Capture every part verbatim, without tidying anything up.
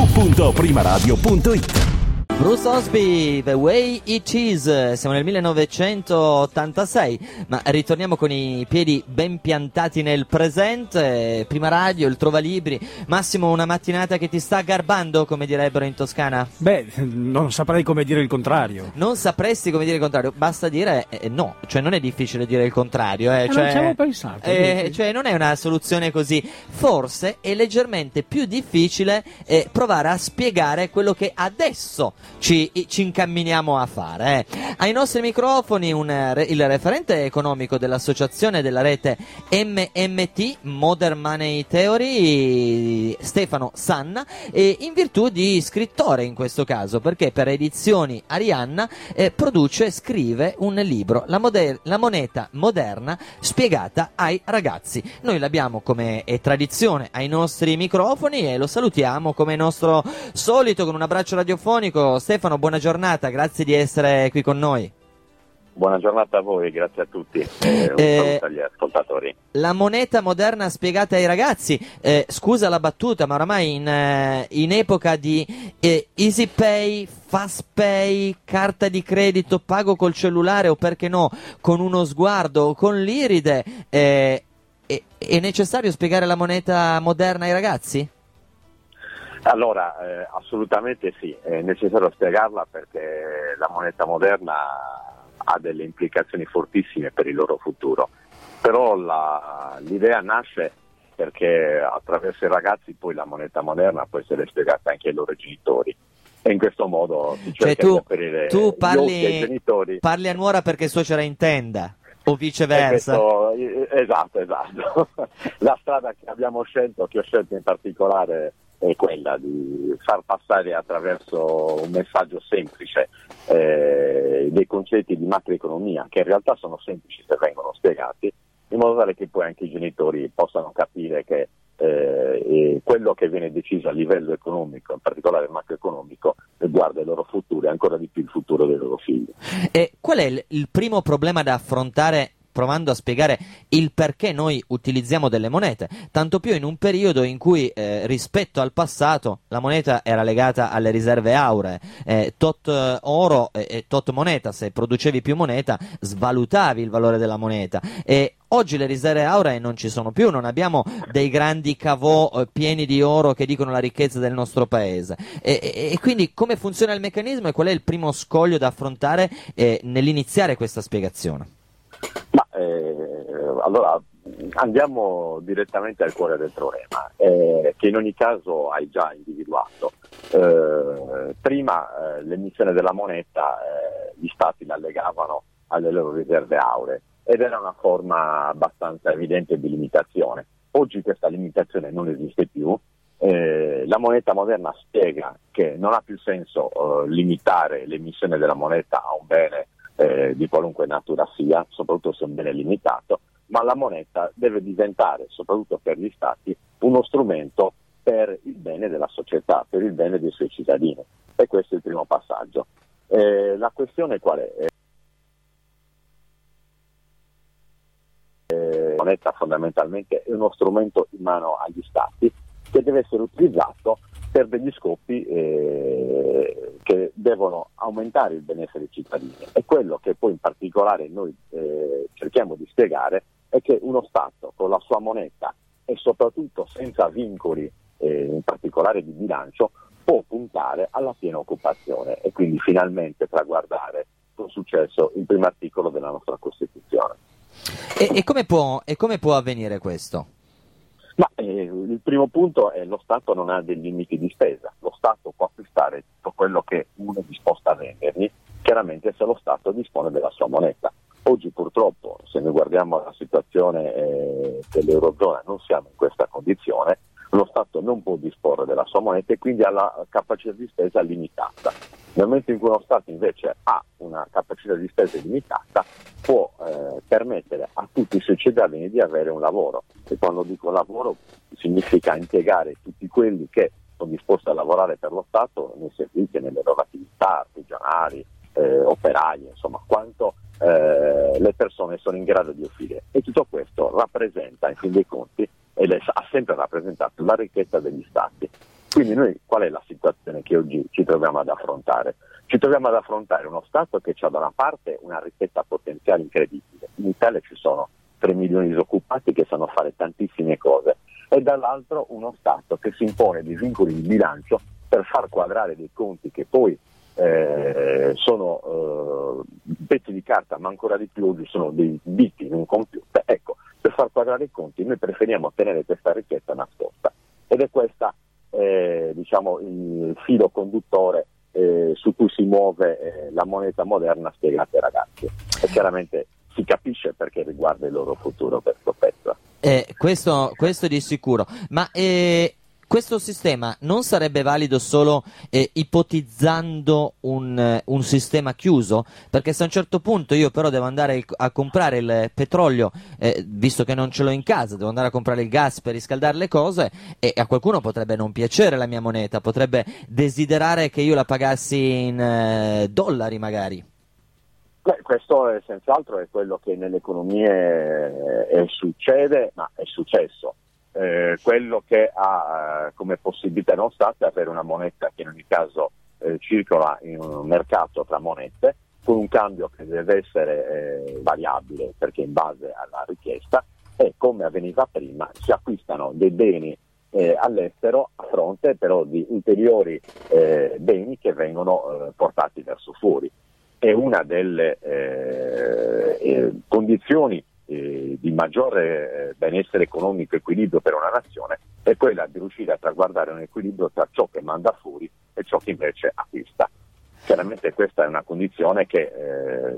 w punto prima radio punto it. Bruce Osby, The Way It Is, siamo nel millenovecentottantasei, ma ritorniamo con i piedi ben piantati nel presente. Prima Radio, il Trovalibri. Massimo, una mattinata che ti sta garbando, come direbbero in Toscana? Beh, non saprei come dire il contrario. Non sapresti come dire il contrario, basta dire eh, no, cioè non è difficile dire il contrario. Eh, eh, cioè, non ci avevo pensato. Eh, cioè non è una soluzione così. Forse è leggermente più difficile eh, provare a spiegare quello che adesso Ci, ci incamminiamo a fare. Eh. Ai nostri microfoni un, il referente economico dell'associazione della rete M M T, Modern Money Theory, Stefano Sanna, e in virtù di scrittore in questo caso, perché per Edizioni Arianna eh, produce e scrive un libro, la, moder- la moneta moderna spiegata ai ragazzi. Noi l'abbiamo, come è tradizione, ai nostri microfoni e lo salutiamo come nostro solito con un abbraccio radiofonico. Stefano, buona giornata, grazie di essere qui con noi. Buona giornata a voi, grazie a tutti. Eh, un Eh, saluto agli ascoltatori. La moneta moderna spiegata ai ragazzi, eh, scusa la battuta, ma oramai in, eh, in epoca di eh, Easy Pay, Fast Pay, carta di credito, pago col cellulare o perché no, con uno sguardo o con l'iride, eh, è, è necessario spiegare la moneta moderna ai ragazzi? Allora, eh, assolutamente sì, è necessario spiegarla perché la moneta moderna ha delle implicazioni fortissime per il loro futuro, però la, l'idea nasce perché attraverso i ragazzi poi la moneta moderna può essere spiegata anche ai loro genitori e in questo modo si cerca Cioè tu, di aprire tu gli occhi ai parli, genitori. parli a nuora perché suocera intenda o viceversa? E questo, esatto, esatto. La strada che abbiamo scelto, che ho scelto in particolare, è quella di far passare attraverso un messaggio semplice eh, dei concetti di macroeconomia che in realtà sono semplici se vengono spiegati, in modo tale che poi anche i genitori possano capire che eh, quello che viene deciso a livello economico, in particolare macroeconomico, riguarda il loro futuro e ancora di più il futuro dei loro figli. E qual è il, il primo problema da affrontare provando a spiegare il perché noi utilizziamo delle monete, tanto più in un periodo in cui eh, rispetto al passato la moneta era legata alle riserve auree, eh, tot eh, oro e eh, tot moneta, se producevi più moneta svalutavi il valore della moneta e oggi le riserve auree non ci sono più, non abbiamo dei grandi cavò eh, pieni di oro che dicono la ricchezza del nostro paese e, e, e quindi come funziona il meccanismo e qual è il primo scoglio da affrontare eh, nell'iniziare questa spiegazione? Ma eh, allora andiamo direttamente al cuore del problema, eh, che in ogni caso hai già individuato. Eh, prima eh, l'emissione della moneta eh, gli stati la legavano alle loro riserve auree ed era una forma abbastanza evidente di limitazione. Oggi questa limitazione non esiste più. Eh, la moneta moderna spiega che non ha più senso eh, limitare l'emissione della moneta a un bene Eh, di qualunque natura sia, soprattutto se è un bene limitato, ma la moneta deve diventare, soprattutto per gli stati, uno strumento per il bene della società, per il bene dei suoi cittadini. E questo è il primo passaggio. Eh, la questione qual è? Eh, la moneta fondamentalmente è uno strumento in mano agli stati che deve essere utilizzato per degli scopi eh, che devono aumentare il benessere dei cittadini. E quello che poi in particolare noi eh, cerchiamo di spiegare è che uno Stato con la sua moneta e soprattutto senza vincoli eh, in particolare di bilancio può puntare alla piena occupazione e quindi finalmente traguardare con successo il primo articolo della nostra Costituzione. E, e, come può, e come può avvenire questo? Ma eh, il primo punto è lo Stato non ha dei limiti di spesa, lo Stato può acquistare tutto quello che uno è disposto a vendergli, chiaramente se lo Stato dispone della sua moneta. Oggi purtroppo, se noi guardiamo la situazione eh, dell'Eurozona, non siamo in questa condizione, lo Stato non può disporre della sua moneta e quindi ha la capacità di spesa limitata. Nel momento in cui uno Stato invece ha una capacità di spesa limitata, può eh, permettere a tutti i suoi cittadini di avere un lavoro. E quando dico lavoro significa impiegare tutti quelli che sono disposti a lavorare per lo Stato nei servizi, nelle loro attività artigianali, eh, operaie, insomma, quanto eh, le persone sono in grado di offrire. E tutto questo rappresenta, in fin dei conti, e ha sempre rappresentato la ricchezza degli Stati. Quindi noi qual è la situazione che oggi ci troviamo ad affrontare? Ci troviamo ad affrontare uno Stato che ha da una parte una ricchezza potenziale incredibile, in Italia ci sono tre milioni di disoccupati che sanno fare tantissime cose, e dall'altro uno Stato che si impone dei vincoli di bilancio per far quadrare dei conti che poi eh, sono eh, pezzi di carta, ma ancora di più oggi sono dei bit in un computer. Ecco, per far quadrare i conti noi preferiamo tenere questa ricchezza nascosta, ed è questa eh, diciamo il filo conduttore eh, su cui si muove eh, la moneta moderna spiegata ai ragazzi, e chiaramente si capisce perché riguarda il loro futuro questo pezzo. Eh, questo, questo di sicuro, ma eh, questo sistema non sarebbe valido solo eh, ipotizzando un, eh, un sistema chiuso? Perché se a un certo punto io però devo andare il, a comprare il petrolio, eh, visto che non ce l'ho in casa, devo andare a comprare il gas per riscaldare le cose, e a qualcuno potrebbe non piacere la mia moneta, potrebbe desiderare che io la pagassi in eh, dollari magari. Beh, questo è senz'altro è quello che nelle economie eh, succede, ma è successo. Eh, quello che ha eh, come possibilità non stata è avere una moneta che in ogni caso eh, circola in un mercato tra monete, con un cambio che deve essere eh, variabile perché in base alla richiesta, e come avveniva prima si acquistano dei beni eh, all'estero a fronte però di ulteriori eh, beni che vengono eh, portati verso fuori. È una delle eh, eh, condizioni eh, di maggiore eh, benessere economico e equilibrio per una nazione, è quella di riuscire a traguardare un equilibrio tra ciò che manda fuori e ciò che invece acquista. Chiaramente questa è una condizione che eh,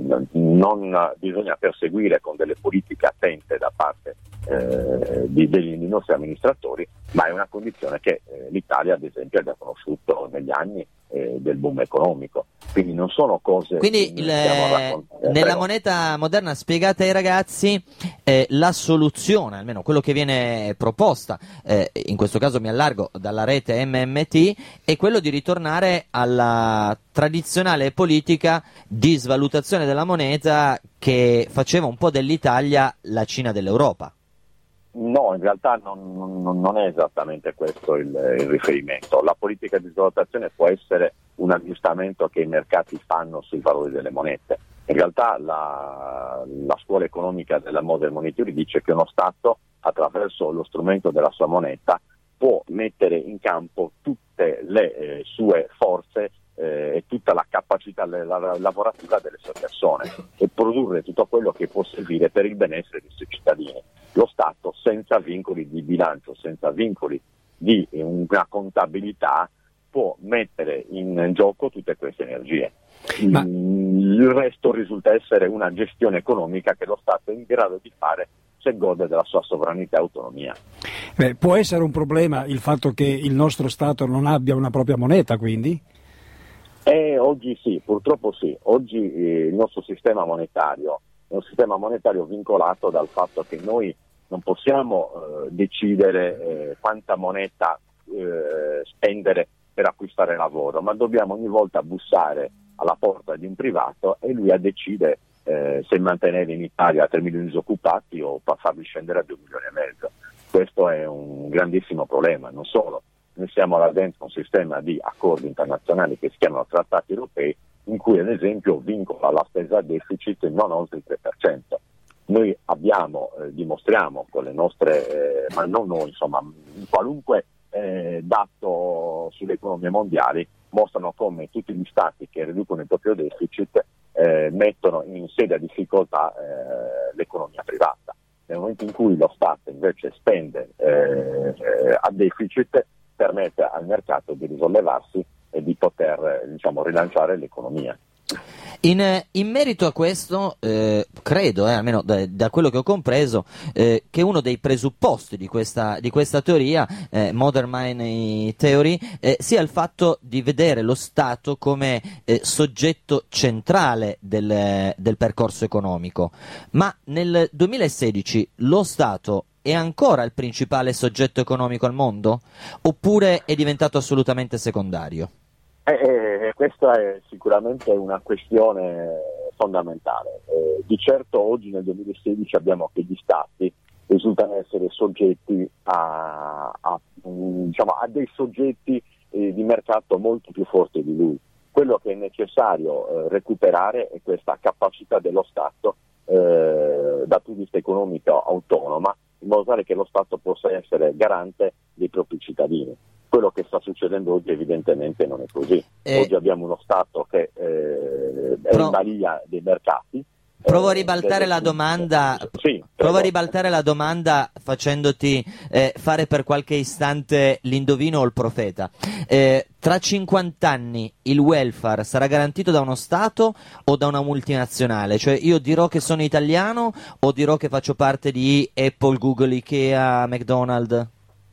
non bisogna perseguire con delle politiche attente da parte eh, di, degli nostri amministratori, ma è una condizione che eh, l'Italia ad esempio abbia conosciuto negli anni eh, del boom economico. Quindi non sono cose Quindi che il, raccontare. nella Prego. moneta moderna spiegate ai ragazzi eh, la soluzione, almeno quello che viene proposta, eh, in questo caso mi allargo dalla rete M M T, è quello di ritornare alla tradizionale politica di svalutazione della moneta che faceva un po' dell'Italia la Cina dell'Europa. No, in realtà non, non, non è esattamente questo il, il riferimento. La politica di svalutazione può essere un aggiustamento che i mercati fanno sui valori delle monete. In realtà la, la scuola economica della modern monetary dice che uno Stato, attraverso lo strumento della sua moneta, può mettere in campo tutte le eh, sue forze eh, e tutta la capacità la, la, lavorativa delle sue persone e produrre tutto quello che può servire per il benessere dei suoi cittadini. Lo Stato, senza vincoli di bilancio, senza vincoli di una contabilità, può mettere in gioco tutte queste energie. Ma... Il resto risulta essere una gestione economica che lo Stato è in grado di fare se gode della sua sovranità e autonomia. Beh, può essere un problema il fatto che il nostro Stato non abbia una propria moneta, quindi? Eh, oggi sì, purtroppo sì. Oggi eh, il nostro sistema monetario è un sistema monetario vincolato dal fatto che noi non possiamo eh, decidere eh, quanta moneta eh, spendere per acquistare lavoro, ma dobbiamo ogni volta bussare alla porta di un privato e lui a decide eh, se mantenere in Italia tre milioni di disoccupati o farli scendere a due milioni e mezzo. Questo è un grandissimo problema. Non solo, noi siamo là dentro un sistema di accordi internazionali che si chiamano trattati europei, in cui ad esempio vincola la spesa a deficit non oltre il tre per cento. Noi abbiamo, eh, dimostriamo con le nostre, eh, ma non noi, insomma, qualunque eh, dato sulle economie mondiali mostrano come tutti gli stati che riducono il proprio deficit eh, mettono in seria difficoltà eh, l'economia privata. Nel momento in cui lo Stato invece spende eh, eh, a deficit, permette al mercato di risollevarsi e di poter eh, diciamo, rilanciare l'economia. In, in merito a questo, eh, credo, eh, almeno da, da quello che ho compreso, eh, che uno dei presupposti di questa, di questa teoria, eh, Modern Money Theory, eh, sia il fatto di vedere lo Stato come eh, soggetto centrale del, del percorso economico. Ma nel duemilasedici lo Stato è ancora il principale soggetto economico al mondo? Oppure è diventato assolutamente secondario? Eh, eh, questa è sicuramente una questione fondamentale. Eh, di certo oggi nel duemilasedici abbiamo che gli Stati risultano essere soggetti a, a, diciamo, a dei soggetti eh, di mercato molto più forti di lui. Quello che è necessario eh, recuperare è questa capacità dello Stato eh, dal punto di vista economico autonoma, in modo tale che lo Stato possa essere garante dei propri cittadini. Quello che sta succedendo oggi evidentemente non è così. Eh, oggi abbiamo uno Stato che eh, è pro- in balia dei mercati. Provo a eh, ribaltare delle- la domanda. Sì, Provo a prego. ribaltare la domanda facendoti eh, fare per qualche istante l'indovino o il profeta. Eh, tra cinquanta anni il welfare sarà garantito da uno Stato o da una multinazionale? Cioè io dirò che sono italiano o dirò che faccio parte di Apple, Google, Ikea, McDonald's?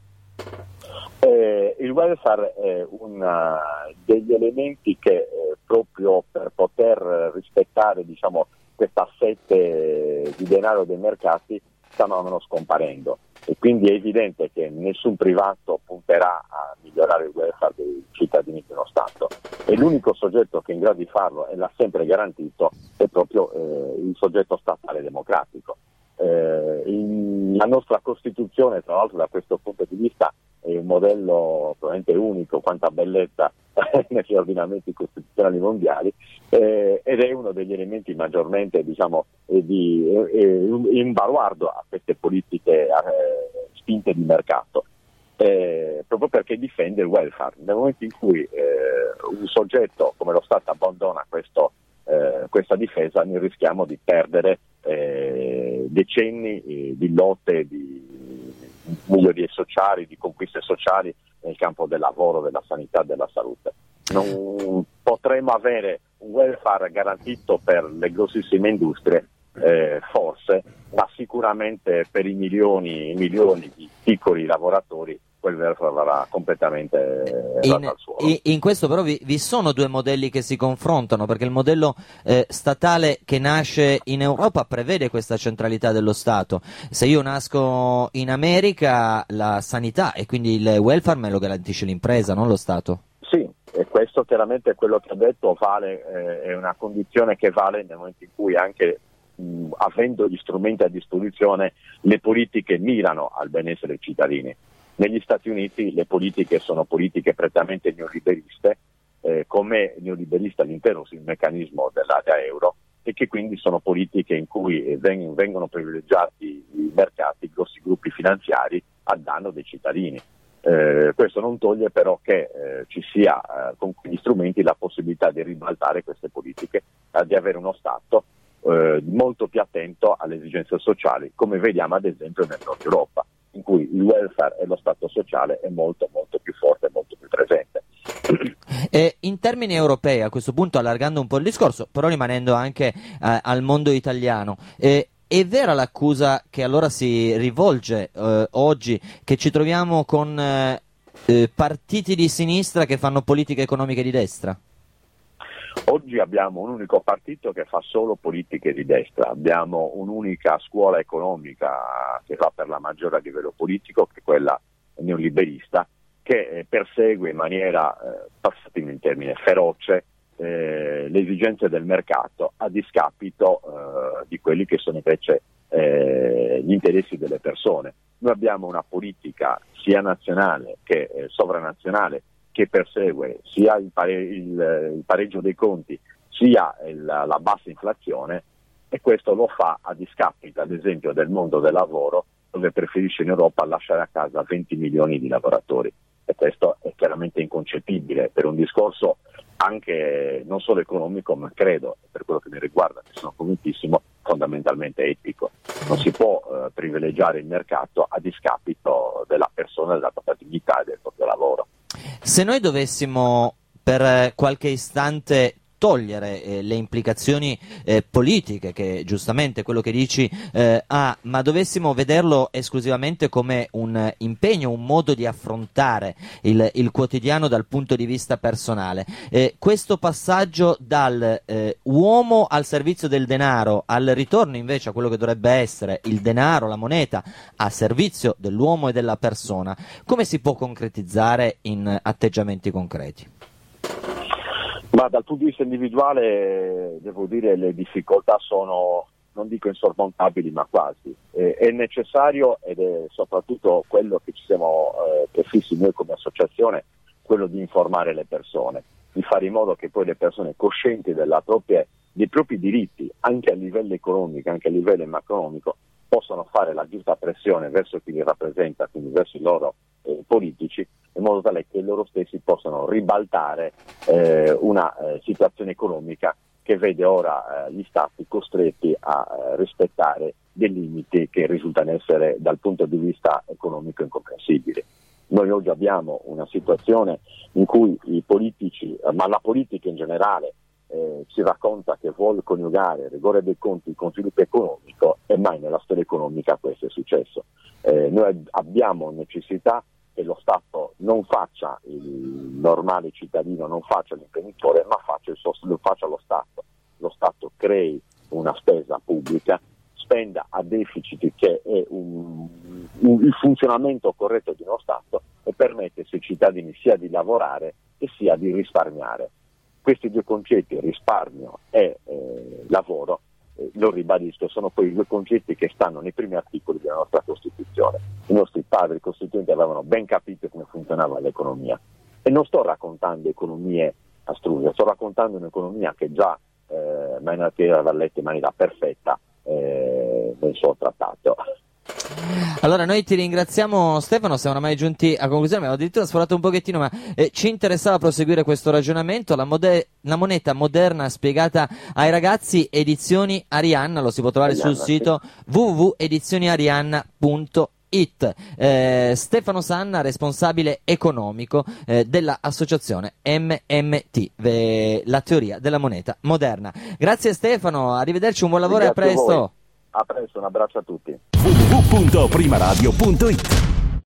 Eh, il welfare è uno degli elementi che eh, proprio per poter rispettare, diciamo, questa sete di denaro dei mercati stavano scomparendo, e quindi è evidente che nessun privato punterà a migliorare il welfare dei cittadini di uno Stato, e l'unico soggetto che è in grado di farlo e l'ha sempre garantito è proprio eh, il soggetto statale democratico. Eh, in, la nostra Costituzione, tra l'altro, da questo punto di vista è un modello probabilmente unico, quanta bellezza negli ordinamenti costituzionali mondiali, eh, ed è uno degli elementi maggiormente, diciamo, eh, di, eh, in baluardo a queste politiche eh, spinte di mercato, eh, proprio perché difende il welfare. Nel momento in cui eh, un soggetto come lo Stato abbandona questo, eh, questa difesa, noi rischiamo di perdere eh, decenni eh, di lotte, di migliorie sociali, di conquiste sociali nel campo del lavoro, della sanità, della salute. Non potremo avere un welfare garantito per le grossissime industrie, eh, forse, ma sicuramente per i milioni e milioni di piccoli lavoratori quel welfare verrà completamente in, al suolo. in, in questo però vi, vi sono due modelli che si confrontano, perché il modello eh, statale che nasce in Europa prevede questa centralità dello Stato. Se io nasco in America, la sanità e quindi il welfare me lo garantisce l'impresa, non lo Stato. Sì, e questo chiaramente è quello che ha detto, vale, eh, è una condizione che vale nel momento in cui anche mh, avendo gli strumenti a disposizione le politiche mirano al benessere dei cittadini. Negli Stati Uniti le politiche sono politiche prettamente neoliberiste, eh, come neoliberista all'interno sul meccanismo dell'area euro, e che quindi sono politiche in cui veng- vengono privilegiati i mercati, i grossi gruppi finanziari a danno dei cittadini. Eh, questo non toglie però che eh, ci sia eh, con gli strumenti la possibilità di ribaltare queste politiche, eh, di avere uno Stato eh, molto più attento alle esigenze sociali, come vediamo ad esempio nel Nord Europa, in cui il welfare e lo Stato sociale è molto molto più forte e molto più presente. E in termini europei, a questo punto allargando un po' il discorso, però rimanendo anche eh, al mondo italiano, eh, è vera l'accusa che allora si rivolge eh, oggi, che ci troviamo con eh, eh, partiti di sinistra che fanno politiche economiche di destra? Oggi abbiamo un unico partito che fa solo politiche di destra, abbiamo un'unica scuola economica che va per la maggiore a livello politico, che è quella neoliberista, che eh, persegue in maniera, eh, passatemi in termine, feroce eh, le esigenze del mercato a discapito eh, di quelli che sono invece eh, gli interessi delle persone. Noi abbiamo una politica sia nazionale che eh, sovranazionale che persegue sia il, pare- il, il pareggio dei conti sia il, la bassa inflazione, e questo lo fa a discapito ad esempio del mondo del lavoro, dove preferisce in Europa lasciare a casa venti milioni di lavoratori, e questo è chiaramente inconcepibile per un discorso anche non solo economico, ma credo, per quello che mi riguarda, ne sono convintissimo, fondamentalmente etico. Non si può eh, privilegiare il mercato a discapito della persona, della propria dignità e del proprio lavoro. Se noi dovessimo per qualche istante togliere eh, le implicazioni eh, politiche che giustamente quello che dici eh, ha, ma dovessimo vederlo esclusivamente come un impegno, un modo di affrontare il, il quotidiano dal punto di vista personale, eh, questo passaggio dal eh, uomo al servizio del denaro al ritorno invece a quello che dovrebbe essere il denaro, la moneta a servizio dell'uomo e della persona, come si può concretizzare in atteggiamenti concreti? Ma dal punto di vista individuale devo dire le difficoltà sono non dico insormontabili, ma quasi. Eh, è necessario, ed è soprattutto quello che ci siamo eh, prefissi noi come associazione, quello di informare le persone, di fare in modo che poi le persone coscienti della propria, dei propri diritti, anche a livello economico, anche a livello macroeconomico, possano fare la giusta pressione verso chi li rappresenta, quindi verso i loro eh, politici, in modo tale che loro stessi possano ribaltare eh, una eh, situazione economica che vede ora eh, gli stati costretti a eh, rispettare dei limiti che risultano essere dal punto di vista economico incomprensibili. Noi oggi abbiamo una situazione in cui i politici, eh, ma la politica in generale, eh, ci racconta che vuole coniugare rigore dei conti con sviluppo economico, e mai nella storia economica questo è successo. Eh, noi abbiamo necessità che lo Stato non faccia il normale cittadino, non faccia l'imprenditore, ma faccia, il suo, lo faccia lo Stato. Lo Stato crei una spesa pubblica, spenda a deficit, che è un, un, il funzionamento corretto di uno Stato, e permette ai suoi cittadini sia di lavorare e sia di risparmiare. Questi due concetti, risparmio e eh, lavoro, eh, lo ribadisco, sono poi i due concetti che stanno nei primi articoli della nostra Costituzione. I nostri padri costituenti avevano ben capito come funzionava l'economia, e non sto raccontando economie astruse, sto raccontando un'economia che già eh, Maynard aveva letto in maniera perfetta eh, nel suo trattato. Allora noi ti ringraziamo, Stefano, siamo ormai giunti a conclusione, abbiamo addirittura sforato un pochettino, ma eh, ci interessava proseguire questo ragionamento. La, mode- la moneta moderna spiegata ai ragazzi, edizioni Arianna, lo si può trovare Arianna, sul sito sì. w w w punto edizioni arianna punto it. Eh, Stefano Sanna, responsabile economico eh, dell'associazione M M T, ve- la teoria della moneta moderna. Grazie Stefano, arrivederci, un buon lavoro e a Grazie a presto. voi. A presto, un abbraccio a tutti. w w w punto prima radio punto it